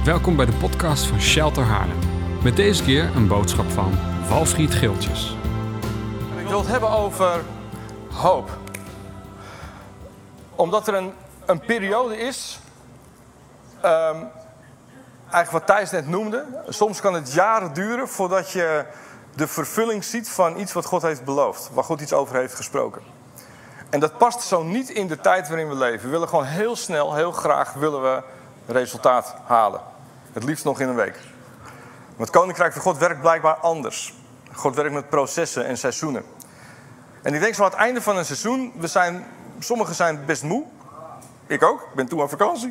Welkom bij de podcast van Shelter Haarlem. Met deze keer een boodschap van Walfried Geeltjes. Ik wil het hebben over hoop. Omdat er een periode is, eigenlijk wat Thijs net noemde. Soms kan het jaren duren voordat je de vervulling ziet van iets wat God heeft beloofd. Waar God iets over heeft gesproken. En dat past zo niet in de tijd waarin we leven. We willen gewoon heel snel, heel graag willen we resultaat halen. Het liefst nog in een week. Maar het Koninkrijk van God werkt blijkbaar anders. God werkt met processen en seizoenen. En ik denk zo aan het einde van een seizoen, sommigen zijn best moe. Ik ook, ik ben toe aan vakantie.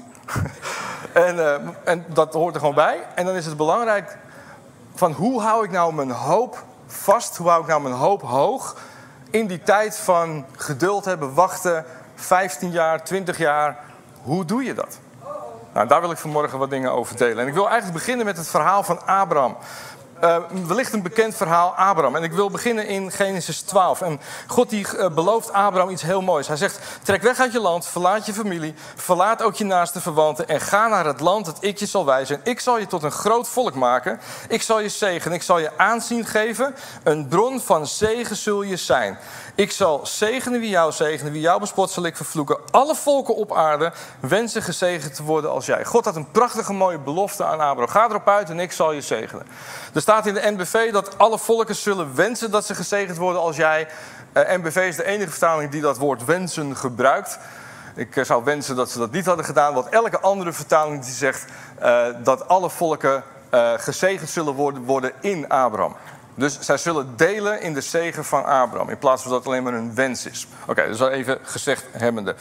en dat hoort er gewoon bij. En dan is het belangrijk van hoe hou ik nou mijn hoop vast? Hoe hou ik nou mijn hoop hoog? In die tijd van geduld hebben, wachten, 15 jaar, 20 jaar. Hoe doe je dat? Nou, daar wil ik vanmorgen wat dingen over delen. En ik wil eigenlijk beginnen met het verhaal van Abraham. Wellicht een bekend verhaal, Abraham. En ik wil beginnen in Genesis 12. En God die belooft Abraham iets heel moois. Hij zegt, trek weg uit je land, verlaat je familie, verlaat ook je naaste verwanten en ga naar het land dat ik je zal wijzen. En ik zal je tot een groot volk maken. Ik zal je zegenen, ik zal je aanzien geven. Een bron van zegen zul je zijn. Ik zal zegenen wie jou bespot zal ik vervloeken. Alle volken op aarde wensen gezegend te worden als jij. God had een prachtige mooie belofte aan Abraham. Ga erop uit en ik zal je zegenen. Er staat in de NBV dat alle volken zullen wensen dat ze gezegend worden als jij. NBV is de enige vertaling die dat woord wensen gebruikt. Ik zou wensen dat ze dat niet hadden gedaan. Want elke andere vertaling die zegt dat alle volken gezegend zullen worden in Abraham. Dus zij zullen delen in de zegen van Abraham. In plaats van dat het alleen maar een wens is. Oké, dat is al even gezegd hebbende.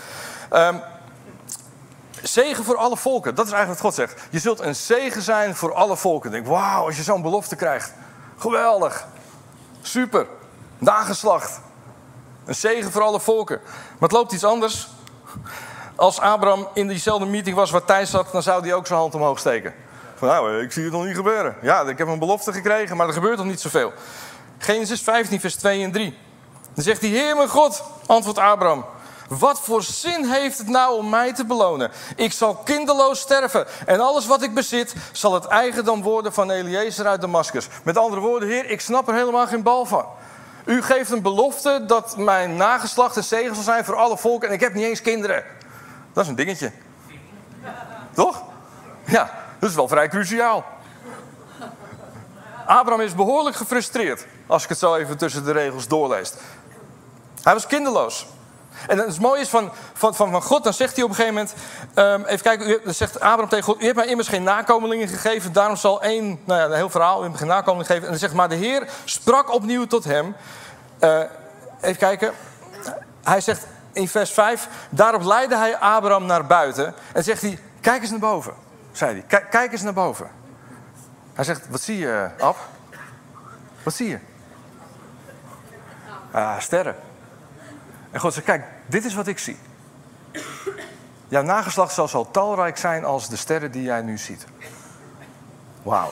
Zegen voor alle volken. Dat is eigenlijk wat God zegt. Je zult een zegen zijn voor alle volken. Ik denk, wauw, als je zo'n belofte krijgt. Geweldig. Super. Nageslacht. Een zegen voor alle volken. Maar het loopt iets anders. Als Abraham in diezelfde meeting was waar Thijs zat, dan zou hij ook zijn hand omhoog steken. Van, nou, ik zie het nog niet gebeuren. Ja, ik heb een belofte gekregen, maar er gebeurt nog niet zoveel. Genesis 15, vers 2 en 3. Dan zegt hij, Heer mijn God, antwoordt Abraham. Wat voor zin heeft het nou om mij te belonen? Ik zal kinderloos sterven. En alles wat ik bezit, zal het eigendom worden van Eliezer uit Damascus. Met andere woorden, Heer, ik snap er helemaal geen bal van. U geeft een belofte dat mijn nageslacht een zegen zal zijn voor alle volken. En ik heb niet eens kinderen. Dat is een dingetje. Toch? Ja, dat is wel vrij cruciaal. Abraham is behoorlijk gefrustreerd. Als ik het zo even tussen de regels doorlees. Hij was kinderloos. En het mooie is van God, dan zegt hij op een gegeven moment... even kijken, dan zegt Abraham tegen God... U hebt mij immers geen nakomelingen gegeven... daarom zal een heel verhaal... U hebt me geen nakomelingen gegeven... En dan zegt maar de Heer sprak opnieuw tot hem... even kijken... Hij zegt in vers 5... Daarop leidde hij Abraham naar buiten... En zegt hij, kijk eens naar boven... zei hij, kijk eens naar boven... Hij zegt, wat zie je, Ab? Wat zie je? Sterren... En God zegt, kijk, dit is wat ik zie. Jouw nageslacht zal zo talrijk zijn als de sterren die jij nu ziet. Wauw.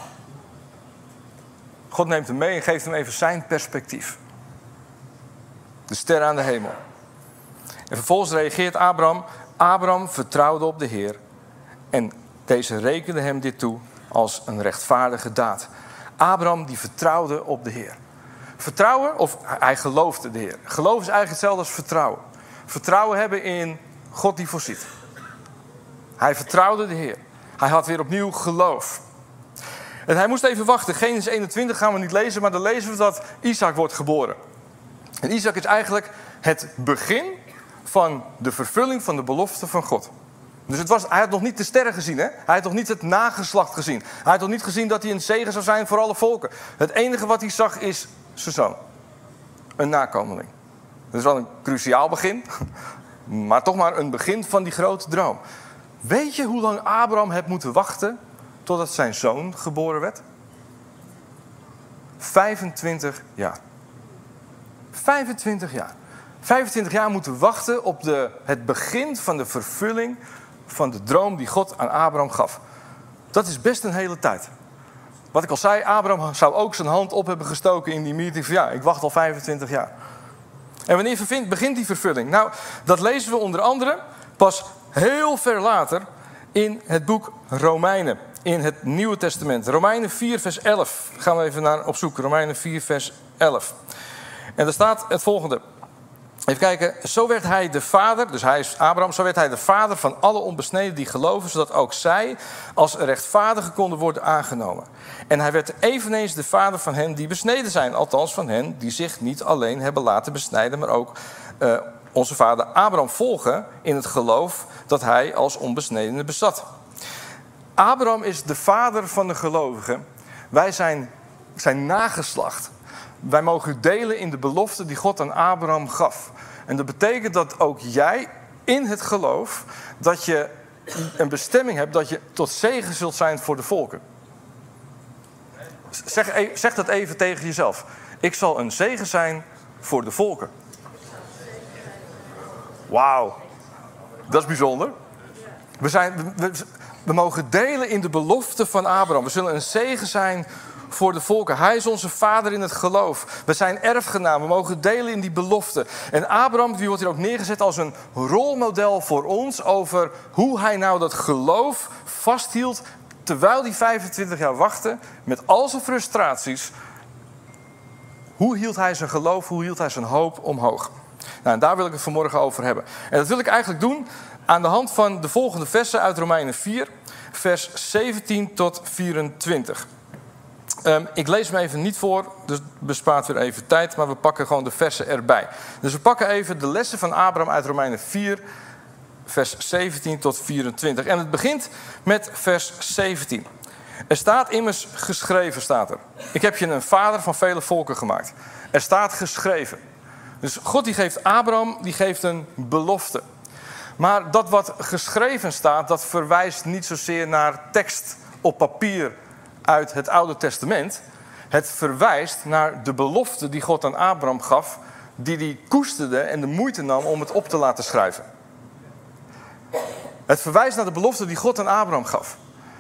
God neemt hem mee en geeft hem even zijn perspectief. De sterren aan de hemel. En vervolgens reageert Abraham. Abraham vertrouwde op de Heer. En deze rekende hem dit toe als een rechtvaardige daad. Abraham die vertrouwde op de Heer. Vertrouwen, of hij geloofde de Heer. Geloof is eigenlijk hetzelfde als vertrouwen. Vertrouwen hebben in God die voorziet. Hij vertrouwde de Heer. Hij had weer opnieuw geloof. En hij moest even wachten. Genesis 21 gaan we niet lezen, maar dan lezen we dat Isaac wordt geboren. En Isaac is eigenlijk het begin van de vervulling van de belofte van God. Dus hij had nog niet de sterren gezien, hè? Hij had nog niet het nageslacht gezien. Hij had nog niet gezien dat hij een zegen zou zijn voor alle volken. Het enige wat hij zag is zijn zoon. Een nakomeling. Dat is wel een cruciaal begin. Maar toch maar een begin van die grote droom. Weet je hoe lang Abraham heeft moeten wachten totdat zijn zoon geboren werd? 25 jaar. 25 jaar. 25 jaar moeten wachten op het begin van de vervulling van de droom die God aan Abraham gaf. Dat is best een hele tijd. Wat ik al zei, Abraham zou ook zijn hand op hebben gestoken in die meeting van ja, ik wacht al 25 jaar. En wanneer begint die vervulling? Nou, dat lezen we onder andere pas heel ver later in het boek Romeinen. in het Nieuwe Testament. Romeinen 4 vers 11 gaan we even naar opzoeken. Romeinen 4 vers 11. En daar staat het volgende. Even kijken. Zo werd hij de vader, dus hij is Abraham, zo werd hij de vader van alle onbesneden die geloven, zodat ook zij als rechtvaardigen konden worden aangenomen. En hij werd eveneens de vader van hen die besneden zijn. Althans van hen die zich niet alleen hebben laten besnijden, maar ook onze vader Abraham volgen in het geloof dat hij als onbesnedene bezat. Abraham is de vader van de gelovigen. Wij zijn nageslacht. Wij mogen delen in de belofte die God aan Abraham gaf. En dat betekent dat ook jij in het geloof, dat je een bestemming hebt, dat je tot zegen zult zijn voor de volken. Zeg dat even tegen jezelf. Ik zal een zegen zijn voor de volken. Wauw, dat is bijzonder. We mogen delen in de belofte van Abraham. We zullen een zegen zijn voor de volken. Hij is onze vader in het geloof. We zijn erfgenaam. We mogen delen in die belofte. En Abraham, die wordt hier ook neergezet als een rolmodel voor ons over hoe hij nou dat geloof vasthield terwijl hij 25 jaar wachtte met al zijn frustraties. Hoe hield hij zijn geloof, hoe hield hij zijn hoop omhoog? Nou, en daar wil ik het vanmorgen over hebben. En dat wil ik eigenlijk doen aan de hand van de volgende versen uit Romeinen 4, vers 17 tot 24. Ik lees hem even niet voor, dus bespaart weer even tijd, maar we pakken gewoon de versen erbij. Dus we pakken even de lessen van Abraham uit Romeinen 4, vers 17 tot 24. En het begint met vers 17. Er staat immers geschreven, staat er. Ik heb je een vader van vele volken gemaakt. Er staat geschreven. Dus God die geeft Abraham, die geeft een belofte. Maar dat wat geschreven staat, dat verwijst niet zozeer naar tekst op papier uit het Oude Testament. Het verwijst naar de belofte die God aan Abraham gaf, die hij koesterde en de moeite nam om het op te laten schrijven. Het verwijst naar de belofte die God aan Abraham gaf.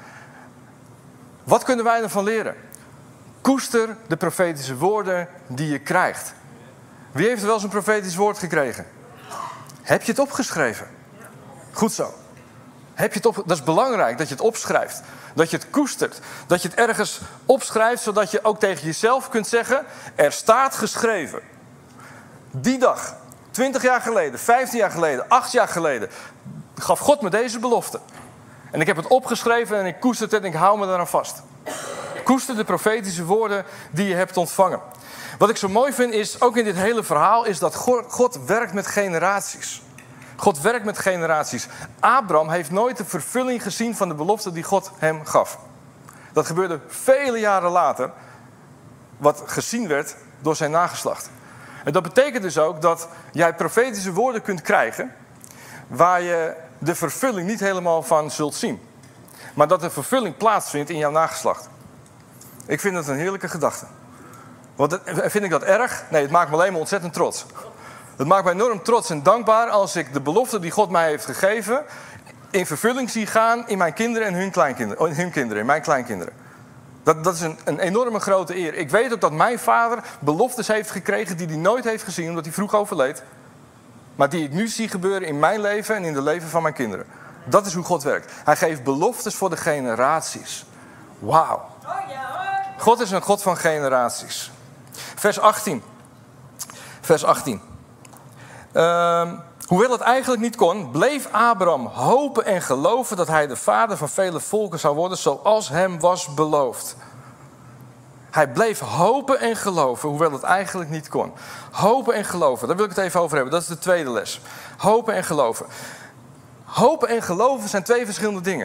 Wat kunnen wij ervan leren? Koester de profetische woorden die je krijgt. Wie heeft er wel eens een profetisch woord gekregen? Heb je het opgeschreven? Goed zo. Dat is belangrijk dat je het opschrijft. Dat je het koestert. Dat je het ergens opschrijft, zodat je ook tegen jezelf kunt zeggen, er staat geschreven. Die dag, 20 jaar geleden, 15 jaar geleden, 8 jaar geleden, gaf God me deze belofte. En ik heb het opgeschreven en ik koester het en ik hou me daaraan vast. Koester de profetische woorden die je hebt ontvangen. Wat ik zo mooi vind is, ook in dit hele verhaal, is dat God werkt met generaties. God werkt met generaties. Abraham heeft nooit de vervulling gezien van de belofte die God hem gaf. Dat gebeurde vele jaren later, wat gezien werd door zijn nageslacht. En dat betekent dus ook dat jij profetische woorden kunt krijgen, waar je de vervulling niet helemaal van zult zien. Maar dat de vervulling plaatsvindt in jouw nageslacht. Ik vind dat een heerlijke gedachte. Vind ik dat erg? Nee, het maakt me alleen maar ontzettend trots. Het maakt mij enorm trots en dankbaar als ik de belofte die God mij heeft gegeven in vervulling zie gaan in mijn kinderen en hun kinderen, in mijn kleinkinderen. Dat is een enorme grote eer. Ik weet ook dat mijn vader beloftes heeft gekregen die hij nooit heeft gezien, omdat hij vroeg overleed. Maar die ik nu zie gebeuren in mijn leven en in het leven van mijn kinderen. Dat is hoe God werkt. Hij geeft beloftes voor de generaties. Wauw. God is een God van generaties. Vers 18. Vers 18. Hoewel het eigenlijk niet kon, bleef Abraham hopen en geloven dat hij de vader van vele volken zou worden, zoals hem was beloofd. Hij bleef hopen en geloven, hoewel het eigenlijk niet kon. Hopen en geloven, daar wil ik het even over hebben. Dat is de tweede les. Hopen en geloven. Hopen en geloven zijn twee verschillende dingen.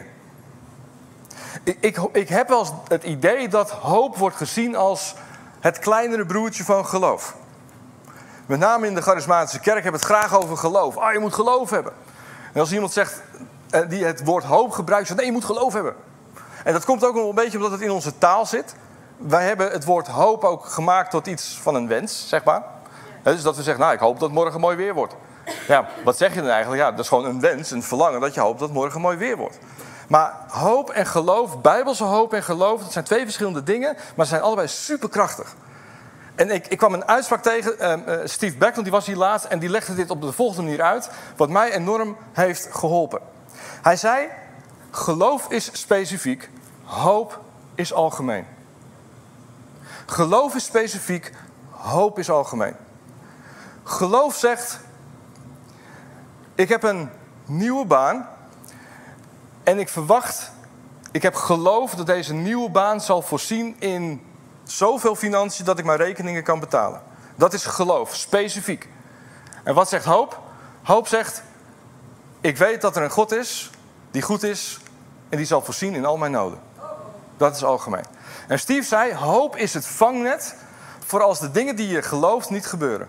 Ik heb wel eens het idee dat hoop wordt gezien als het kleinere broertje van geloof. Met name in de charismatische kerk hebben we het graag over geloof. Je moet geloof hebben. En als iemand zegt, die het woord hoop gebruikt, zegt nee, je moet geloof hebben. En dat komt ook nog een beetje omdat het in onze taal zit. Wij hebben het woord hoop ook gemaakt tot iets van een wens, zeg maar. Dus dat we zeggen, ik hoop dat morgen mooi weer wordt. Ja, wat zeg je dan eigenlijk? Ja, dat is gewoon een wens, een verlangen dat je hoopt dat morgen mooi weer wordt. Maar hoop en geloof, bijbelse hoop en geloof, dat zijn twee verschillende dingen, maar ze zijn allebei superkrachtig. En ik kwam een uitspraak tegen, Steve Backlund, die was hier laatst en die legde dit op de volgende manier uit, wat mij enorm heeft geholpen. Hij zei, geloof is specifiek, hoop is algemeen. Geloof is specifiek, hoop is algemeen. Geloof zegt, ik heb een nieuwe baan en ik heb geloof dat deze nieuwe baan zal voorzien in zoveel financiën dat ik mijn rekeningen kan betalen. Dat is geloof, specifiek. En wat zegt hoop? Hoop zegt, ik weet dat er een God is die goed is en die zal voorzien in al mijn noden. Dat is algemeen. En Steve zei, hoop is het vangnet voor als de dingen die je gelooft niet gebeuren.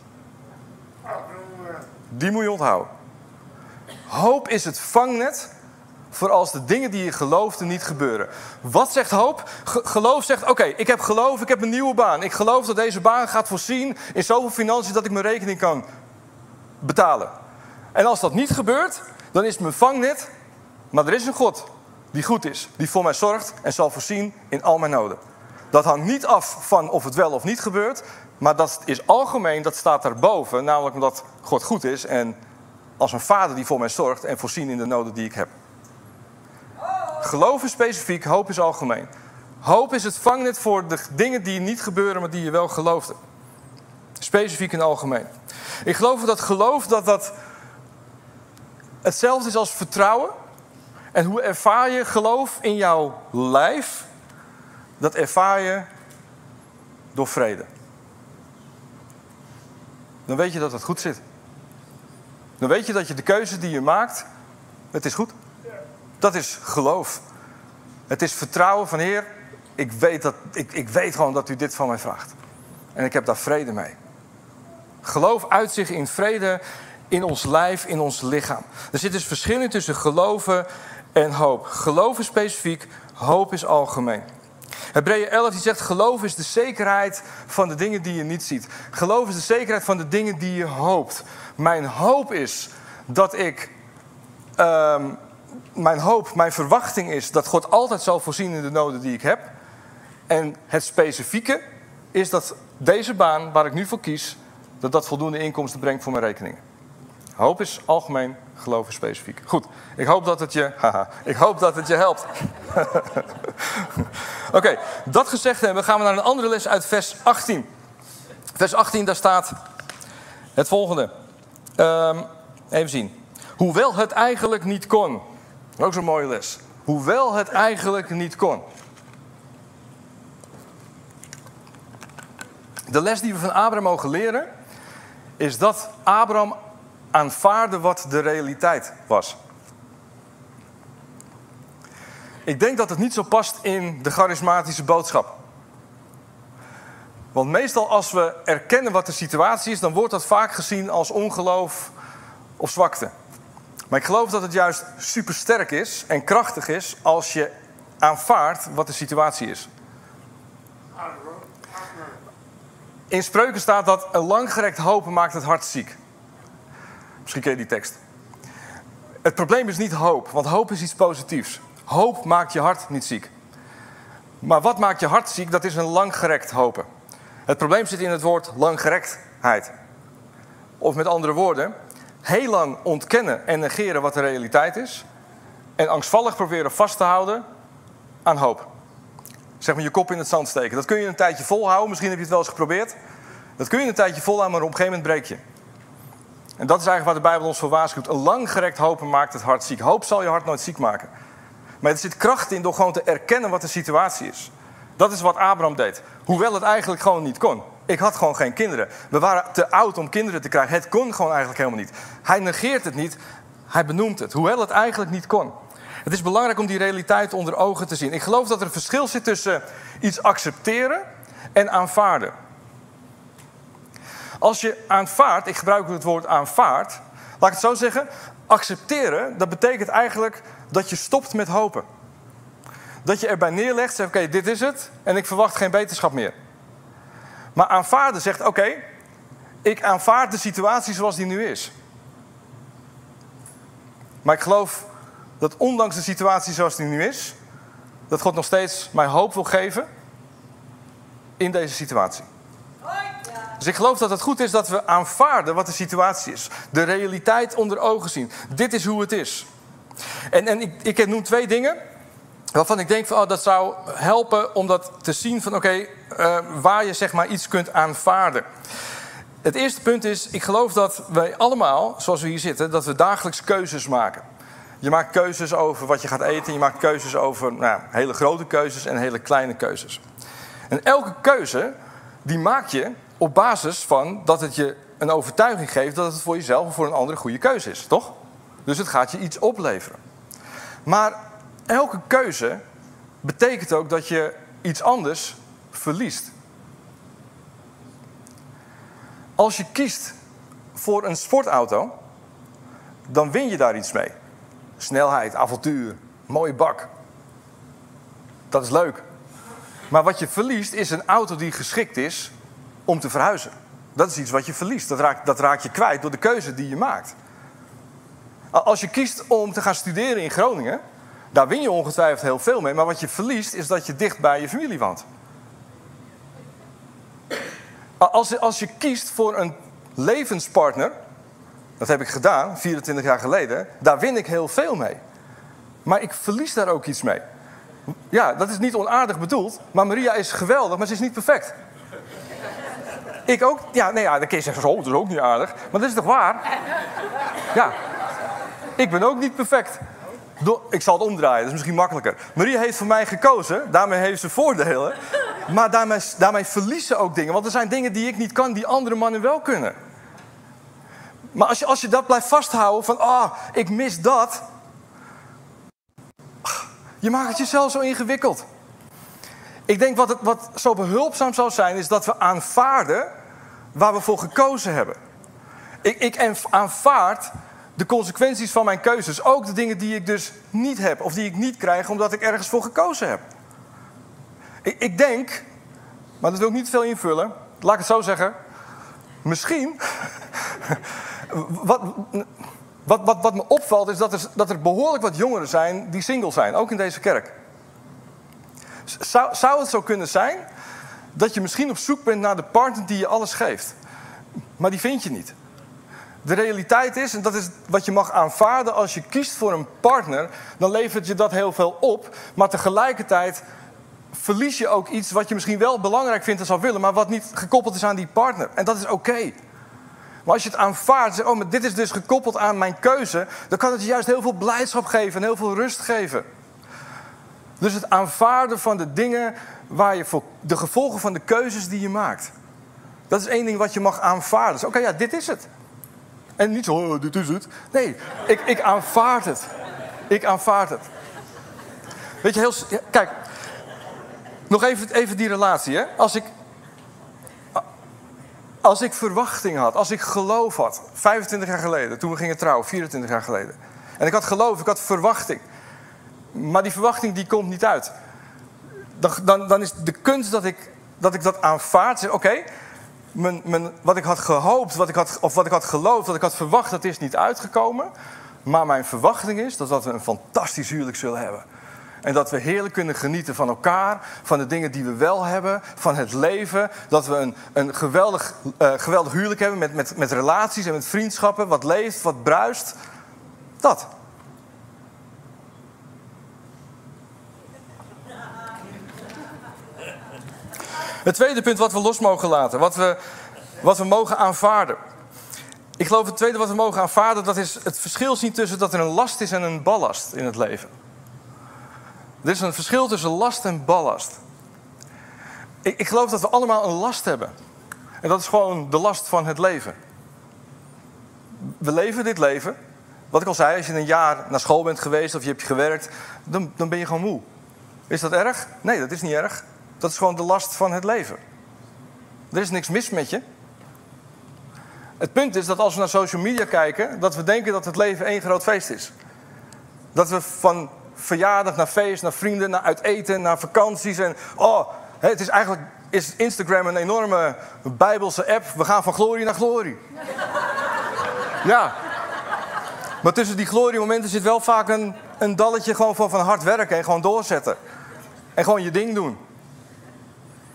Die moet je onthouden. Hoop is het vangnet voor als de dingen die je geloofde niet gebeuren. Wat zegt hoop? Geloof zegt, oké, ik heb geloof, ik heb een nieuwe baan. Ik geloof dat deze baan gaat voorzien in zoveel financiën dat ik mijn rekening kan betalen. En als dat niet gebeurt, dan is het mijn vangnet. Maar er is een God die goed is, die voor mij zorgt en zal voorzien in al mijn noden. Dat hangt niet af van of het wel of niet gebeurt, maar dat is algemeen, dat staat daarboven. Namelijk omdat God goed is en als een vader die voor mij zorgt en voorzien in de noden die ik heb. Geloof is specifiek, hoop is algemeen. Hoop is het vangnet voor de dingen die niet gebeuren, maar die je wel geloofde. Specifiek en algemeen. Ik geloof dat hetzelfde is als vertrouwen. En hoe ervaar je geloof in jouw lijf? Dat ervaar je door vrede. Dan weet je dat het goed zit. Dan weet je dat je de keuze die je maakt, het is goed. Dat is geloof. Het is vertrouwen van Heer, ik weet gewoon dat u dit van mij vraagt. En ik heb daar vrede mee. Geloof uit zich in vrede in ons lijf, in ons lichaam. Er zit dus verschil in tussen geloven en hoop. Geloof is specifiek, hoop is algemeen. Hebreeën 11 die zegt, geloof is de zekerheid van de dingen die je niet ziet. Geloof is de zekerheid van de dingen die je hoopt. Mijn hoop is dat mijn verwachting is dat God altijd zal voorzien in de noden die ik heb. En het specifieke is dat deze baan waar ik nu voor kies, dat voldoende inkomsten brengt voor mijn rekeningen. Hoop is algemeen, geloof is specifiek. Goed, ik hoop dat het je helpt. Oké, dat gezegd hebben, gaan we naar een andere les uit vers 18. Vers 18, daar staat het volgende. Even zien. Hoewel het eigenlijk niet kon. Ook zo'n mooie les. Hoewel het eigenlijk niet kon. De les die we van Abraham mogen leren, is dat Abraham aanvaarde wat de realiteit was. Ik denk dat het niet zo past in de charismatische boodschap. Want meestal als we erkennen wat de situatie is, dan wordt dat vaak gezien als ongeloof of zwakte. Maar ik geloof dat het juist supersterk is en krachtig is als je aanvaardt wat de situatie is. In Spreuken staat dat een langgerekt hopen maakt het hart ziek. Misschien ken je die tekst. Het probleem is niet hoop, want hoop is iets positiefs. Hoop maakt je hart niet ziek. Maar wat maakt je hart ziek, dat is een langgerekt hopen. Het probleem zit in het woord langgerektheid. Of met andere woorden, heel lang ontkennen en negeren wat de realiteit is. En angstvallig proberen vast te houden aan hoop. Zeg maar je kop in het zand steken. Dat kun je een tijdje volhouden, misschien heb je het wel eens geprobeerd. Dat kun je een tijdje volhouden, maar op een gegeven moment breek je. En dat is eigenlijk waar de Bijbel ons voor waarschuwt. Een langgerekt hopen maakt het hart ziek. Hoop zal je hart nooit ziek maken. Maar er zit kracht in door gewoon te erkennen wat de situatie is. Dat is wat Abraham deed. Hoewel het eigenlijk gewoon niet kon. Ik had gewoon geen kinderen. We waren te oud om kinderen te krijgen. Het kon gewoon eigenlijk helemaal niet. Hij negeert het niet. Hij benoemt het. Hoewel het eigenlijk niet kon. Het is belangrijk om die realiteit onder ogen te zien. Ik geloof dat er een verschil zit tussen iets accepteren en aanvaarden. Als je aanvaardt, ik gebruik het woord aanvaard. Laat ik het zo zeggen. Accepteren, dat betekent eigenlijk dat je stopt met hopen. Dat je erbij neerlegt, zegt oké, dit is het. En ik verwacht geen beterschap meer. Maar aanvaarden zegt oké, ik aanvaard de situatie zoals die nu is. Maar ik geloof dat ondanks de situatie zoals die nu is, dat God nog steeds mij hoop wil geven in deze situatie. Dus ik geloof dat het goed is dat we aanvaarden wat de situatie is. De realiteit onder ogen zien. Dit is hoe het is. En ik noem twee dingen. waarvan ik denk van, dat zou helpen om dat te zien van waar je zeg maar iets kunt aanvaarden. Het eerste punt is, ik geloof dat wij allemaal, zoals we hier zitten, dat we dagelijks keuzes maken. Je maakt keuzes over wat je gaat eten, je maakt keuzes over hele grote keuzes en hele kleine keuzes. En elke keuze, die maak je op basis van dat het je een overtuiging geeft dat het voor jezelf of voor een andere goede keuze is, toch? Dus het gaat je iets opleveren. Maar elke keuze betekent ook dat je iets anders verliest. Als je kiest voor een sportauto, dan win je daar iets mee. Snelheid, avontuur, mooie bak. Dat is leuk. Maar wat je verliest is een auto die geschikt is om te verhuizen. Dat is iets wat je verliest. Dat raak je kwijt door de keuze die je maakt. Als je kiest om te gaan studeren in Groningen, daar win je ongetwijfeld heel veel mee. Maar wat je verliest is dat je dicht bij je familie woont. Als je kiest voor een levenspartner, dat heb ik gedaan 24 jaar geleden, daar win ik heel veel mee. Maar ik verlies daar ook iets mee. Ja, dat is niet onaardig bedoeld, maar Maria is geweldig, maar ze is niet perfect. Ik ook? Ja, dan kun je zeggen, dat is ook niet aardig. Maar dat is toch waar? Ja. Ik ben ook niet perfect. Ik zal het omdraaien, dat is misschien makkelijker. Maria heeft voor mij gekozen, daarmee heeft ze voordelen. Maar daarmee verliest ze ook dingen. Want er zijn dingen die ik niet kan, die andere mannen wel kunnen. Maar als je dat blijft vasthouden van, ik mis dat. Je maakt het jezelf zo ingewikkeld. Ik denk wat zo behulpzaam zou zijn, is dat we aanvaarden waar we voor gekozen hebben. Ik aanvaard de consequenties van mijn keuzes. Ook de dingen die ik dus niet heb of die ik niet krijg omdat ik ergens voor gekozen heb. Ik denk, maar dat wil ik niet veel invullen. Laat ik het zo zeggen. Misschien, wat me opvalt is dat er behoorlijk wat jongeren zijn die single zijn. Ook in deze kerk. Zou het zo kunnen zijn dat je misschien op zoek bent naar de partner die je alles geeft. Maar die vind je niet. De realiteit is, en dat is wat je mag aanvaarden, als je kiest voor een partner, dan levert je dat heel veel op. Maar tegelijkertijd verlies je ook iets wat je misschien wel belangrijk vindt en zou willen, maar wat niet gekoppeld is aan die partner. En dat is oké. Maar als je het aanvaardt, zeg, maar dit is dus gekoppeld aan mijn keuze, dan kan het je juist heel veel blijdschap geven en heel veel rust geven. Dus het aanvaarden van de dingen waar je voor de gevolgen van de keuzes die je maakt. Dat is één ding wat je mag aanvaarden. Dus oké, dit is het. En niet zo, dit is het. Nee, ik aanvaard het. Ik aanvaard het. Weet je, kijk. Nog even die relatie, hè. Als ik verwachting had, als ik geloof had. 25 jaar geleden, toen we gingen trouwen, 24 jaar geleden. En ik had geloof, ik had verwachting. Maar die verwachting die komt niet uit. Dan is de kunst dat ik dat aanvaard. Zeg, wat ik had gehoopt, wat ik had geloofd, wat ik had verwacht, dat is niet uitgekomen. Maar mijn verwachting is dat we een fantastisch huwelijk zullen hebben. En dat we heerlijk kunnen genieten van elkaar, van de dingen die we wel hebben, van het leven. Dat we een geweldig huwelijk hebben met relaties en met vriendschappen, wat leeft, wat bruist. Dat. Het tweede punt wat we los mogen laten, wat we mogen aanvaarden. Ik geloof het tweede wat we mogen aanvaarden, dat is het verschil zien tussen dat er een last is en een ballast in het leven. Er is een verschil tussen last en ballast. Ik geloof dat we allemaal een last hebben. En dat is gewoon de last van het leven. We leven dit leven. Wat ik al zei, als je een jaar naar school bent geweest of je hebt gewerkt, dan ben je gewoon moe. Is dat erg? Nee, dat is niet erg. Dat is gewoon de last van het leven. Er is niks mis met je. Het punt is dat als we naar social media kijken, dat we denken dat het leven één groot feest is. Dat we van verjaardag naar feest, naar vrienden, naar uit eten, naar vakanties. En het is eigenlijk is Instagram een enorme bijbelse app. We gaan van glorie naar glorie. Ja. Maar tussen die gloriemomenten zit wel vaak een dalletje gewoon van hard werken en gewoon doorzetten. En gewoon je ding doen.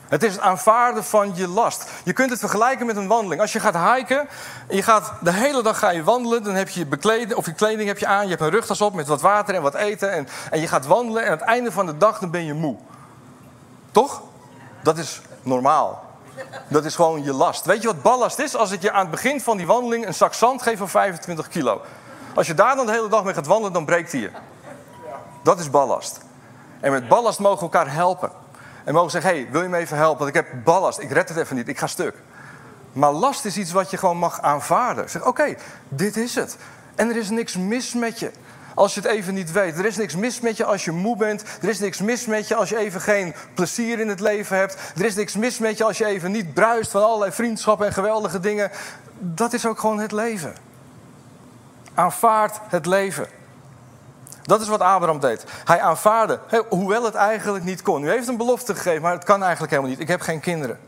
Het is het aanvaarden van je last. Je kunt het vergelijken met een wandeling. Als je gaat hiken en de hele dag ga je wandelen, dan heb je je kleding heb je aan, je hebt een rugtas op met wat water en wat eten en je gaat wandelen en aan het einde van de dag dan ben je moe. Toch? Dat is normaal. Dat is gewoon je last. Weet je wat ballast is? Als ik je aan het begin van die wandeling een zak zand geef van 25 kilo. Als je daar dan de hele dag mee gaat wandelen, dan breekt hij je. Dat is ballast. En met ballast mogen we elkaar helpen. En mogen zeggen, hey, wil je me even helpen? Want ik heb ballast, ik red het even niet, ik ga stuk. Maar last is iets wat je gewoon mag aanvaarden. Zeg, oké, dit is het. En er is niks mis met je. Als je het even niet weet. Er is niks mis met je als je moe bent. Er is niks mis met je als je even geen plezier in het leven hebt. Er is niks mis met je als je even niet bruist van allerlei vriendschappen en geweldige dingen. Dat is ook gewoon het leven. Aanvaard het leven. Dat is wat Abraham deed. Hij aanvaarde, hoewel het eigenlijk niet kon. U heeft een belofte gegeven, maar het kan eigenlijk helemaal niet. Ik heb geen kinderen.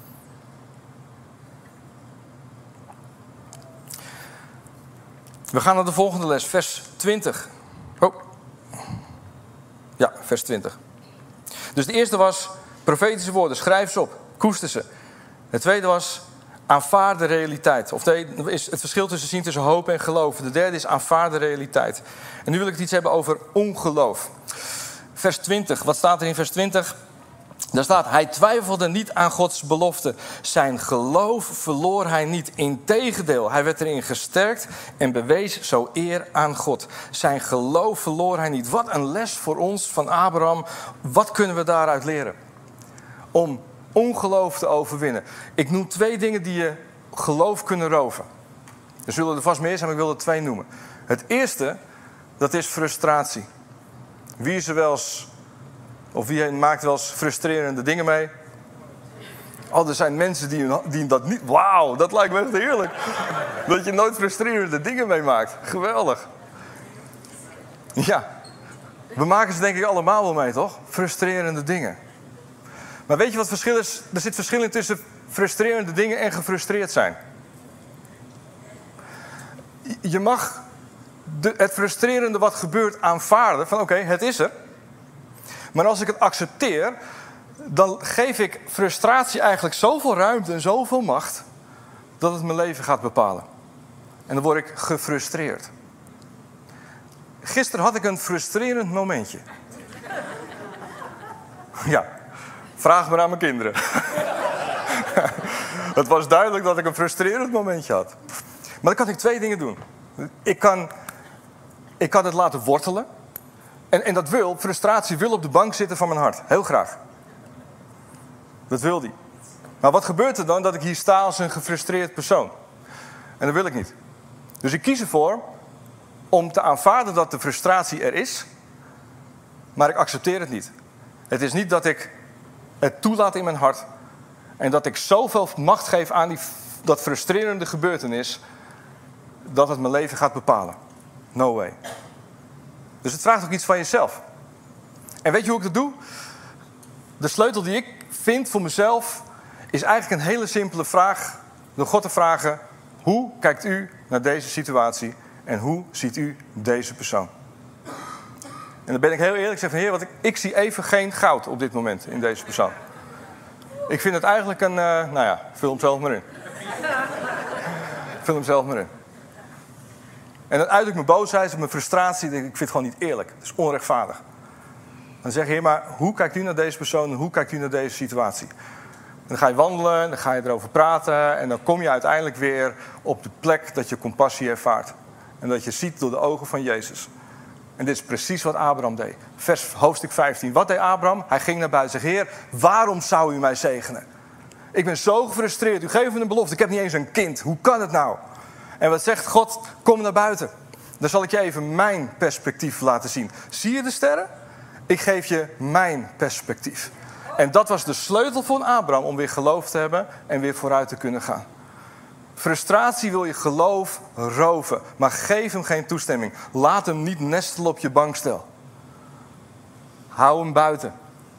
We gaan naar de volgende les, vers 20. Ja, vers 20. Dus de eerste was profetische woorden, schrijf ze op, koester ze. Het tweede was aanvaard de realiteit. Of is het verschil zien tussen hoop en geloof. De derde is aanvaard de realiteit. En nu wil ik het iets hebben over ongeloof. Vers 20, wat staat er in vers 20? Daar staat, hij twijfelde niet aan Gods belofte. Zijn geloof verloor hij niet. Integendeel, hij werd erin gesterkt en bewees zo eer aan God. Zijn geloof verloor hij niet. Wat een les voor ons van Abraham. Wat kunnen we daaruit leren? Om ongeloof te overwinnen. Ik noem 2 dingen die je geloof kunnen roven. Er zullen er vast meer zijn, maar ik wil er 2 noemen. Het eerste, dat is frustratie. Wie is er wel eens, of wie maakt wel eens frustrerende dingen mee? Er zijn mensen die dat niet... Wauw, dat lijkt me echt heerlijk. Dat je nooit frustrerende dingen meemaakt. Geweldig. Ja, we maken ze denk ik allemaal wel mee, toch? Frustrerende dingen. Maar weet je wat het verschil is? Er zit verschil in tussen frustrerende dingen en gefrustreerd zijn. Je mag het frustrerende wat gebeurt aanvaarden. Van oké, het is er. Maar als ik het accepteer, dan geef ik frustratie eigenlijk zoveel ruimte en zoveel macht, dat het mijn leven gaat bepalen. En dan word ik gefrustreerd. Gisteren had ik een frustrerend momentje. Ja, vraag maar aan mijn kinderen. Het was duidelijk dat ik een frustrerend momentje had. Maar dan kan ik 2 dingen doen. Ik kan het laten wortelen. En frustratie wil op de bank zitten van mijn hart. Heel graag. Dat wil die. Maar wat gebeurt er dan? Dat ik hier sta als een gefrustreerd persoon. En dat wil ik niet. Dus ik kies ervoor om te aanvaarden dat de frustratie er is. Maar ik accepteer het niet. Het is niet dat ik het toelaat in mijn hart. En dat ik zoveel macht geef aan dat frustrerende gebeurtenis, dat het mijn leven gaat bepalen. No way. Dus het vraagt ook iets van jezelf. En weet je hoe ik dat doe? De sleutel die ik vind voor mezelf is eigenlijk een hele simpele vraag. Door God te vragen, hoe kijkt u naar deze situatie en hoe ziet u deze persoon? En dan ben ik heel eerlijk, ik zeg van Heer, want ik zie even geen goud op dit moment in deze persoon. Ik vind het eigenlijk vul hem zelf maar in. Vul hem zelf maar in. En dan uit ik mijn boosheid en mijn frustratie. Ik vind het gewoon niet eerlijk. Het is onrechtvaardig. Dan zeg je, Heer, maar hoe kijkt u naar deze persoon en hoe kijkt u naar deze situatie? En dan ga je wandelen, dan ga je erover praten. En dan kom je uiteindelijk weer op de plek dat je compassie ervaart. En dat je ziet door de ogen van Jezus. En dit is precies wat Abraham deed. Hoofdstuk 15. Wat deed Abraham? Hij ging naar buiten en zei, Heer, waarom zou u mij zegenen? Ik ben zo gefrustreerd. U geeft me een belofte. Ik heb niet eens een kind. Hoe kan het nou? En wat zegt God? Kom naar buiten. Dan zal ik je even mijn perspectief laten zien. Zie je de sterren? Ik geef je mijn perspectief. En dat was de sleutel van Abraham om weer geloof te hebben en weer vooruit te kunnen gaan. Frustratie wil je geloof roven, maar geef hem geen toestemming. Laat hem niet nestelen op je bankstel. Hou hem buiten.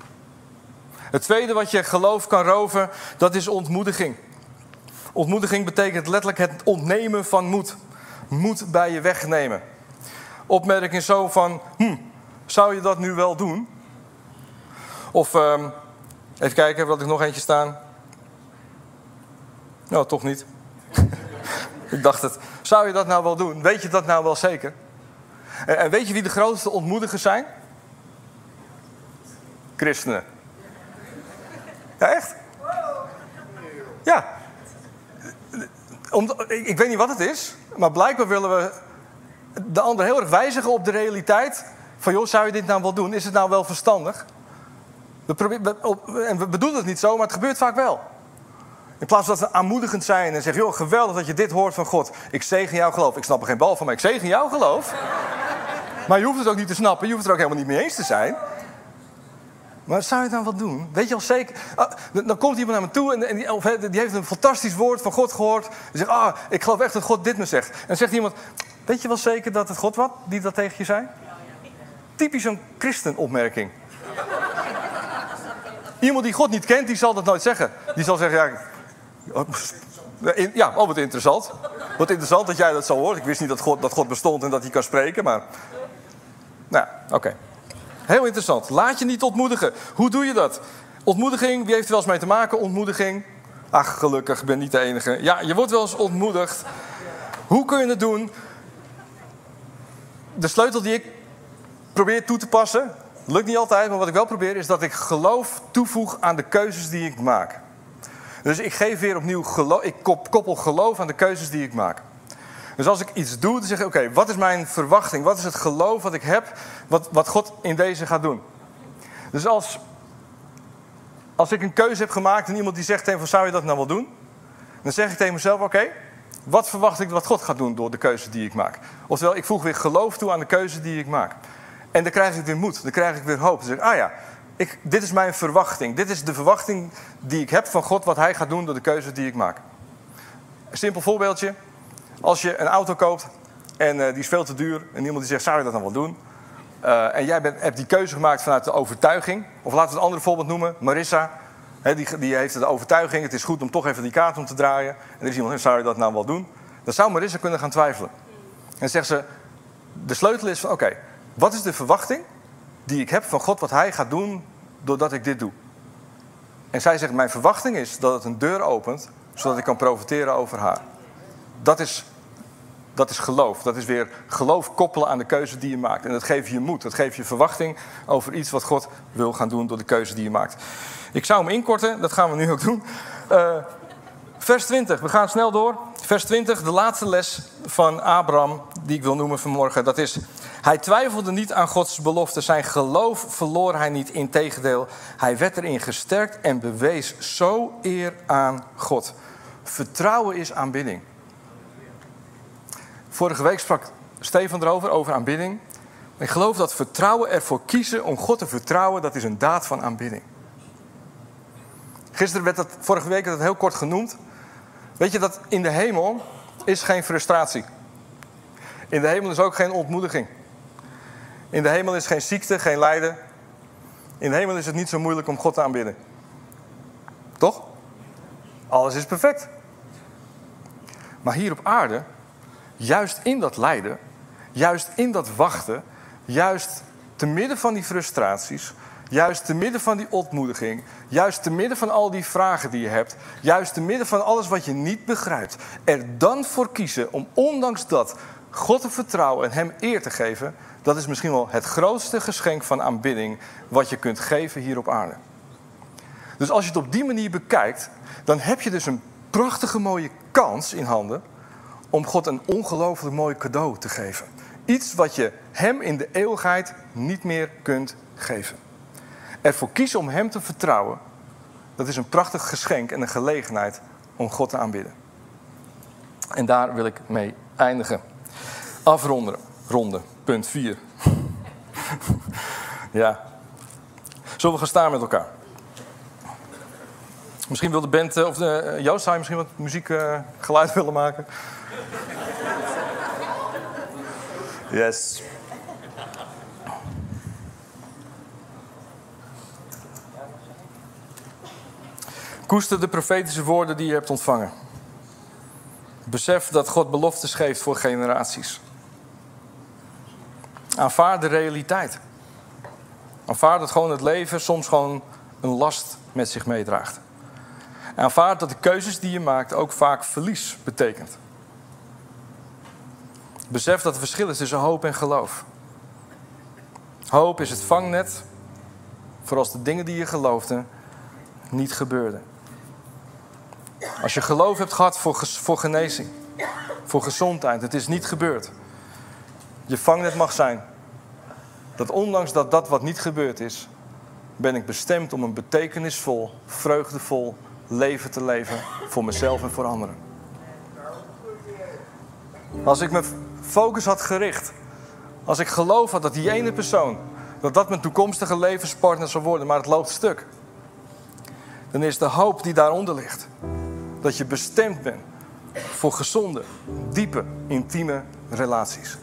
Het tweede wat je geloof kan roven, dat is ontmoediging. Ontmoediging betekent letterlijk het ontnemen van moed. Moed bij je wegnemen. Opmerking zo van, zou je dat nu wel doen? Of Even kijken, wat ik nog eentje staan. Nou, toch niet. Ik dacht het. Zou je dat nou wel doen? Weet je dat nou wel zeker? En weet je wie de grootste ontmoedigers zijn? Christenen. Ja, echt? Ja. Ik weet niet wat het is, maar blijkbaar willen we de ander heel erg wijzigen op de realiteit. Van joh, zou je dit nou wel doen? Is het nou wel verstandig? En we bedoelen het niet zo, maar het gebeurt vaak wel. In plaats van dat we aanmoedigend zijn en zeggen, joh, geweldig dat je dit hoort van God. Ik zegen jouw geloof. Ik snap er geen bal van, maar ik zegen jouw geloof. Maar je hoeft het ook niet te snappen, je hoeft het er ook helemaal niet mee eens te zijn. Maar zou je het dan wel doen? Weet je al zeker? Dan komt iemand naar me toe en die heeft een fantastisch woord van God gehoord. En zegt, ik geloof echt dat God dit me zegt. En dan zegt iemand, weet je wel zeker dat het God was die dat tegen je zei? Typisch een christenopmerking. Iemand die God niet kent, die zal dat nooit zeggen. Die zal zeggen, wat interessant. Wat interessant dat jij dat zo hoort. Ik wist niet dat God bestond en dat hij kan spreken, maar... Nou, oké. Heel interessant. Laat je niet ontmoedigen. Hoe doe je dat? Ontmoediging, wie heeft er wel eens mee te maken? Ontmoediging. Ach, gelukkig, ik ben niet de enige. Ja, je wordt wel eens ontmoedigd. Hoe kun je het doen? De sleutel die ik probeer toe te passen... lukt niet altijd, maar wat ik wel probeer... is dat ik geloof toevoeg aan de keuzes die ik maak. Dus ik geef weer opnieuw geloof... ik koppel geloof aan de keuzes die ik maak. Dus als ik iets doe, dan zeg ik, oké, wat is mijn verwachting? Wat is het geloof wat ik heb, wat God in deze gaat doen? Dus als ik een keuze heb gemaakt en iemand die zegt tegen me, zou je dat nou wel doen? Dan zeg ik tegen mezelf, oké, wat verwacht ik wat God gaat doen door de keuze die ik maak? Oftewel, ik voeg weer geloof toe aan de keuze die ik maak. En dan krijg ik weer moed, dan krijg ik weer hoop. Dan zeg ik, dit is mijn verwachting. Dit is de verwachting die ik heb van God, wat hij gaat doen door de keuze die ik maak. Een simpel voorbeeldje. Als je een auto koopt en die is veel te duur en iemand die zegt, zou je dat dan wel doen? En jij hebt die keuze gemaakt vanuit de overtuiging. Of laten we het andere voorbeeld noemen, Marissa. Die heeft de overtuiging, het is goed om toch even die kaart om te draaien. En er is iemand, zou je dat nou wel doen? Dan zou Marissa kunnen gaan twijfelen. En dan zegt ze, de sleutel is van, oké, wat is de verwachting die ik heb van God wat hij gaat doen doordat ik dit doe? En zij zegt, mijn verwachting is dat het een deur opent, zodat ik kan profiteren over haar. Dat is geloof. Dat is weer geloof koppelen aan de keuze die je maakt. En dat geeft je moed. Dat geeft je verwachting over iets wat God wil gaan doen door de keuze die je maakt. Ik zou hem inkorten. Dat gaan we nu ook doen. Vers 20. We gaan snel door. Vers 20. De laatste les van Abraham die ik wil noemen vanmorgen. Dat is, hij twijfelde niet aan Gods belofte. Zijn geloof verloor hij niet. Integendeel, hij werd erin gesterkt en bewees zo eer aan God. Vertrouwen is aanbidding. Vorige week sprak Stefan erover, over aanbidding. Ik geloof dat vertrouwen, ervoor kiezen om God te vertrouwen, dat is een daad van aanbidding. Vorige week werd dat heel kort genoemd. Weet je dat in de hemel is geen frustratie. In de hemel is ook geen ontmoediging. In de hemel is geen ziekte, geen lijden. In de hemel is het niet zo moeilijk om God te aanbidden. Toch? Alles is perfect. Maar hier op aarde, juist in dat lijden, juist in dat wachten, juist te midden van die frustraties, juist te midden van die ontmoediging, juist te midden van al die vragen die je hebt, juist te midden van alles wat je niet begrijpt, er dan voor kiezen om ondanks dat God te vertrouwen en hem eer te geven, dat is misschien wel het grootste geschenk van aanbidding wat je kunt geven hier op aarde. Dus als je het op die manier bekijkt, dan heb je dus een prachtige mooie kans in handen om God een ongelooflijk mooi cadeau te geven. Iets wat je hem in de eeuwigheid niet meer kunt geven. Ervoor kiezen om hem te vertrouwen, dat is een prachtig geschenk en een gelegenheid om God te aanbidden. En daar wil ik mee eindigen. Afronden, punt 4. Ja. Zullen we gaan staan met elkaar? Misschien wil de band, Joost, zou je misschien wat muziekgeluid willen maken? Yes. Koester de profetische woorden die je hebt ontvangen. Besef dat God beloftes geeft voor generaties. Aanvaard de realiteit. Aanvaard dat gewoon het leven soms gewoon een last met zich meedraagt. Aanvaard dat de keuzes die je maakt ook vaak verlies betekent. Besef dat er verschil is tussen hoop en geloof. Hoop is het vangnet voor als de dingen die je geloofde niet gebeurden. Als je geloof hebt gehad voor genezing, voor gezondheid, het is niet gebeurd. Je vangnet mag zijn dat ondanks dat wat niet gebeurd is, ben ik bestemd om een betekenisvol, vreugdevol leven te leven voor mezelf en voor anderen. Als ik mijn focus had gericht, als ik geloof had dat die ene persoon, dat mijn toekomstige levenspartner zou worden, maar het loopt stuk, dan is de hoop die daaronder ligt dat je bestemd bent voor gezonde, diepe, intieme relaties.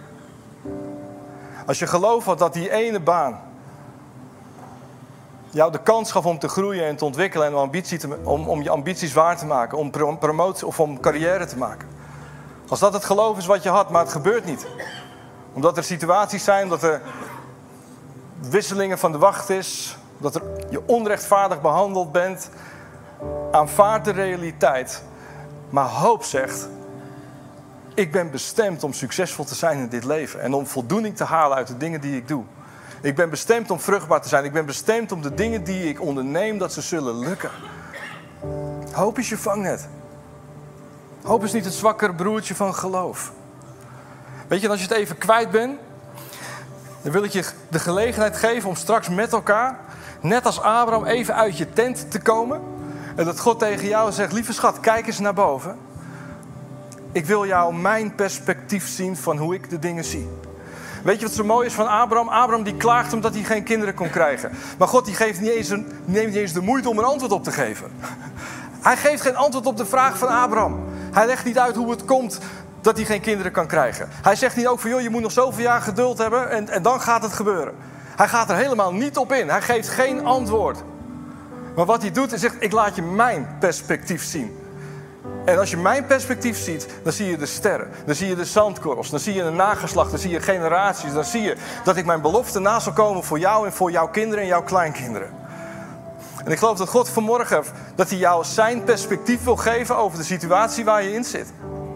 Als je geloof had dat die ene baan jou de kans gaf om te groeien en te ontwikkelen en om je ambities waar te maken, om promotie of om carrière te maken. Als dat het geloof is wat je had, maar het gebeurt niet. Omdat er situaties zijn, dat er wisselingen van de wacht is, dat je onrechtvaardig behandeld bent. Aanvaard de realiteit. Maar hoop zegt, ik ben bestemd om succesvol te zijn in dit leven. En om voldoening te halen uit de dingen die ik doe. Ik ben bestemd om vruchtbaar te zijn. Ik ben bestemd om de dingen die ik onderneem, dat ze zullen lukken. Hoop is je vangnet. Hoop is niet het zwakkere broertje van geloof. Weet je, als je het even kwijt bent, dan wil ik je de gelegenheid geven om straks met elkaar, net als Abraham, even uit je tent te komen. En dat God tegen jou zegt, lieve schat, kijk eens naar boven. Ik wil jou mijn perspectief zien van hoe ik de dingen zie. Weet je wat zo mooi is van Abraham? Abraham die klaagt omdat hij geen kinderen kon krijgen. Maar God die neemt niet eens de moeite om een antwoord op te geven. Hij geeft geen antwoord op de vraag van Abraham. Hij legt niet uit hoe het komt dat hij geen kinderen kan krijgen. Hij zegt niet ook van, joh, je moet nog zoveel jaar geduld hebben en dan gaat het gebeuren. Hij gaat er helemaal niet op in. Hij geeft geen antwoord. Maar wat hij doet is zegt, ik laat je mijn perspectief zien. En als je mijn perspectief ziet, dan zie je de sterren. Dan zie je de zandkorrels. Dan zie je een nageslacht. Dan zie je generaties. Dan zie je dat ik mijn belofte na zal komen voor jou en voor jouw kinderen en jouw kleinkinderen. En ik geloof dat God vanmorgen, dat hij jou zijn perspectief wil geven over de situatie waar je in zit.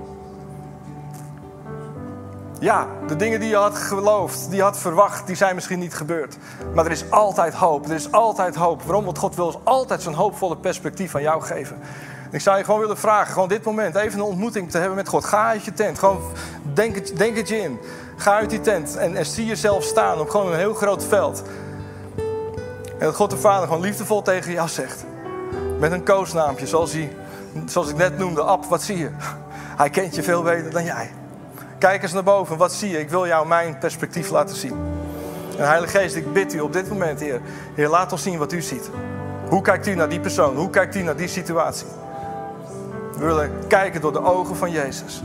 Ja, de dingen die je had geloofd, die je had verwacht, die zijn misschien niet gebeurd. Maar er is altijd hoop. Er is altijd hoop. Waarom? Want God wil ons altijd zo'n hoopvolle perspectief aan jou geven. Ik zou je gewoon willen vragen, gewoon dit moment, even een ontmoeting te hebben met God. Ga uit je tent, gewoon denk het je in. Ga uit die tent en zie jezelf staan op gewoon een heel groot veld. En dat God de Vader gewoon liefdevol tegen jou zegt. Met een koosnaampje, zoals ik net noemde, Ab, wat zie je? Hij kent je veel beter dan jij. Kijk eens naar boven, wat zie je? Ik wil jou mijn perspectief laten zien. En Heilige Geest, ik bid u op dit moment, Heer. Heer, laat ons zien wat u ziet. Hoe kijkt u naar die persoon? Hoe kijkt u naar die situatie? We willen kijken door de ogen van Jezus.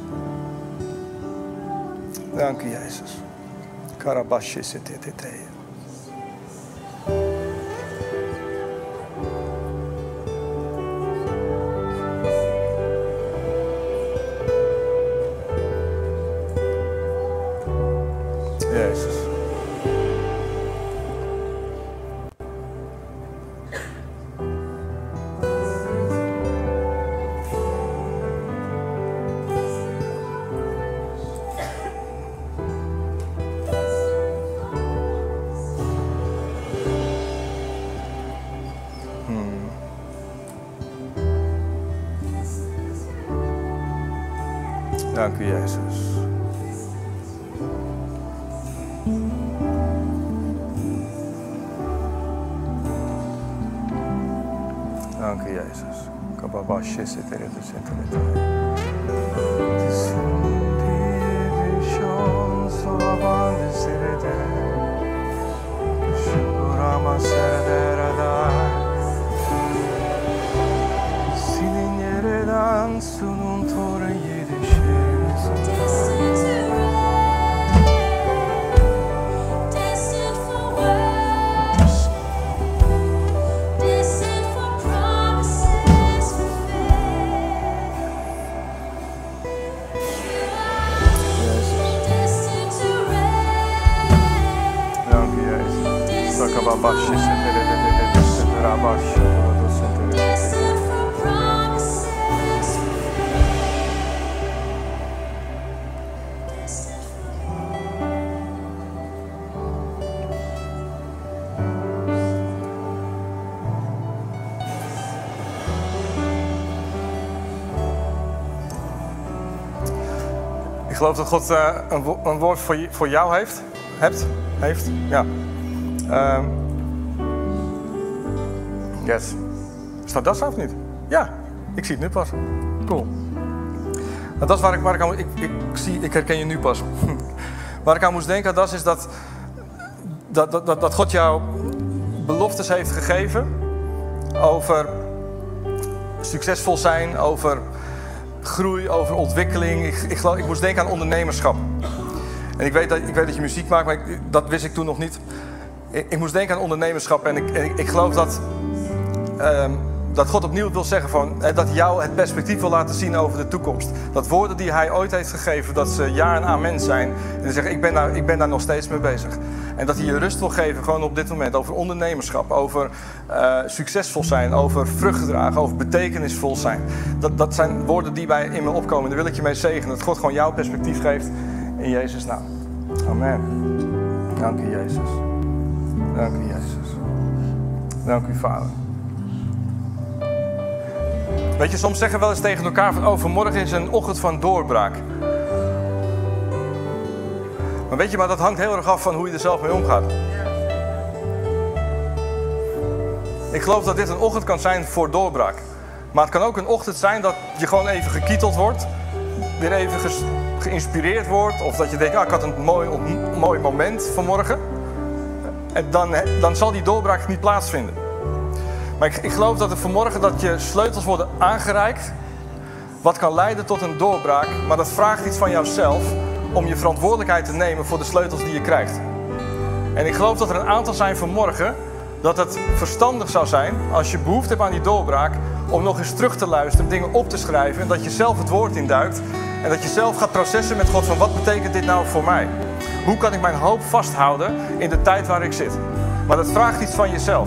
Dank u, Jezus. Karabasje CTTT. Jezus. Dank u, Jezus. Dank u, Jezus. Kababasje zit er in de centrum. Ik geloof dat God een woord voor jou heeft. Ja. Yes. Staat dat zo of niet? Ja, ik zie het nu pas. Cool. Nou, dat is waar ik aan... Ik herken je nu pas. Waar ik aan moest denken, dat is dat God jou beloftes heeft gegeven over succesvol zijn, over groei, over ontwikkeling. Ik moest denken aan ondernemerschap. En ik weet dat je muziek maakt, maar dat wist ik toen nog niet. Ik moest denken aan ondernemerschap en ik geloof dat God opnieuw wil zeggen dat hij jou het perspectief wil laten zien over de toekomst. Dat woorden die hij ooit heeft gegeven, dat ze ja en amen zijn. En hij zegt, ik ben daar nog steeds mee bezig. En dat hij je rust wil geven, gewoon op dit moment, over ondernemerschap, over succesvol zijn, over vrucht dragen, over betekenisvol zijn. Dat zijn woorden die in me opkomen. Daar wil ik je mee zegenen, dat God gewoon jouw perspectief geeft in Jezus' naam. Amen. Dank u, Jezus. Dank u, Jezus. Dank u, Vader. Weet je, soms zeggen we wel eens tegen elkaar van vanmorgen is een ochtend van doorbraak. Maar weet je, dat hangt heel erg af van hoe je er zelf mee omgaat. Ik geloof dat dit een ochtend kan zijn voor doorbraak. Maar het kan ook een ochtend zijn dat je gewoon even gekieteld wordt. Weer even geïnspireerd wordt. Of dat je denkt, ik had een mooi moment vanmorgen. En dan zal die doorbraak niet plaatsvinden. Maar ik geloof dat er vanmorgen dat je sleutels worden aangereikt. Wat kan leiden tot een doorbraak. Maar dat vraagt iets van jouzelf. Om je verantwoordelijkheid te nemen voor de sleutels die je krijgt. En ik geloof dat er een aantal zijn vanmorgen. Dat het verstandig zou zijn. Als je behoefte hebt aan die doorbraak. Om nog eens terug te luisteren. Dingen op te schrijven. En dat je zelf het woord induikt. En dat je zelf gaat processen met God. Van wat betekent dit nou voor mij? Hoe kan ik mijn hoop vasthouden in de tijd waar ik zit? Maar dat vraagt iets van jezelf.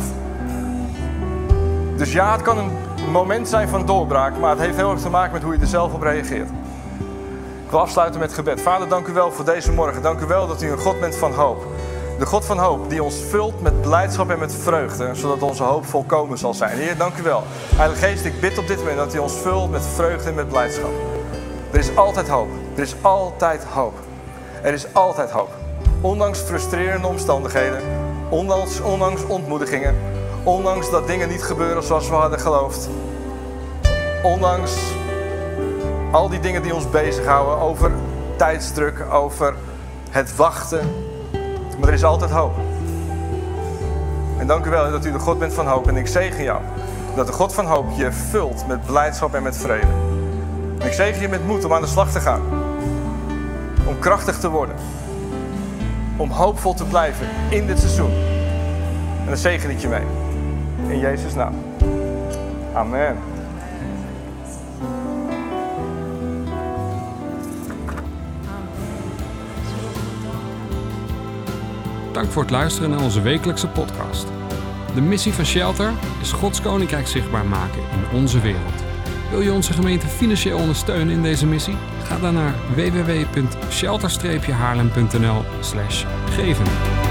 Dus ja, het kan een moment zijn van doorbraak, maar het heeft heel erg te maken met hoe je er zelf op reageert. Ik wil afsluiten met gebed. Vader, dank u wel voor deze morgen. Dank u wel dat u een God bent van hoop. De God van hoop die ons vult met blijdschap en met vreugde, zodat onze hoop volkomen zal zijn. Heer, dank u wel. Heilige Geest, ik bid op dit moment dat u ons vult met vreugde en met blijdschap. Er is altijd hoop. Er is altijd hoop. Er is altijd hoop. Ondanks frustrerende omstandigheden, ondanks ontmoedigingen, ondanks dat dingen niet gebeuren zoals we hadden geloofd. Ondanks al die dingen die ons bezighouden over tijdsdruk, over het wachten. Maar er is altijd hoop. En dank u wel dat u de God bent van hoop. En ik zegen jou dat de God van hoop je vult met blijdschap en met vrede. En ik zegen je met moed om aan de slag te gaan. Om krachtig te worden. Om hoopvol te blijven in dit seizoen. En dan zegen ik je mee. In Jezus' naam. Amen. Dank voor het luisteren naar onze wekelijkse podcast. De missie van Shelter is Gods Koninkrijk zichtbaar maken in onze wereld. Wil je onze gemeente financieel ondersteunen in deze missie? Ga dan naar www.shelter-haarlem.nl/geven.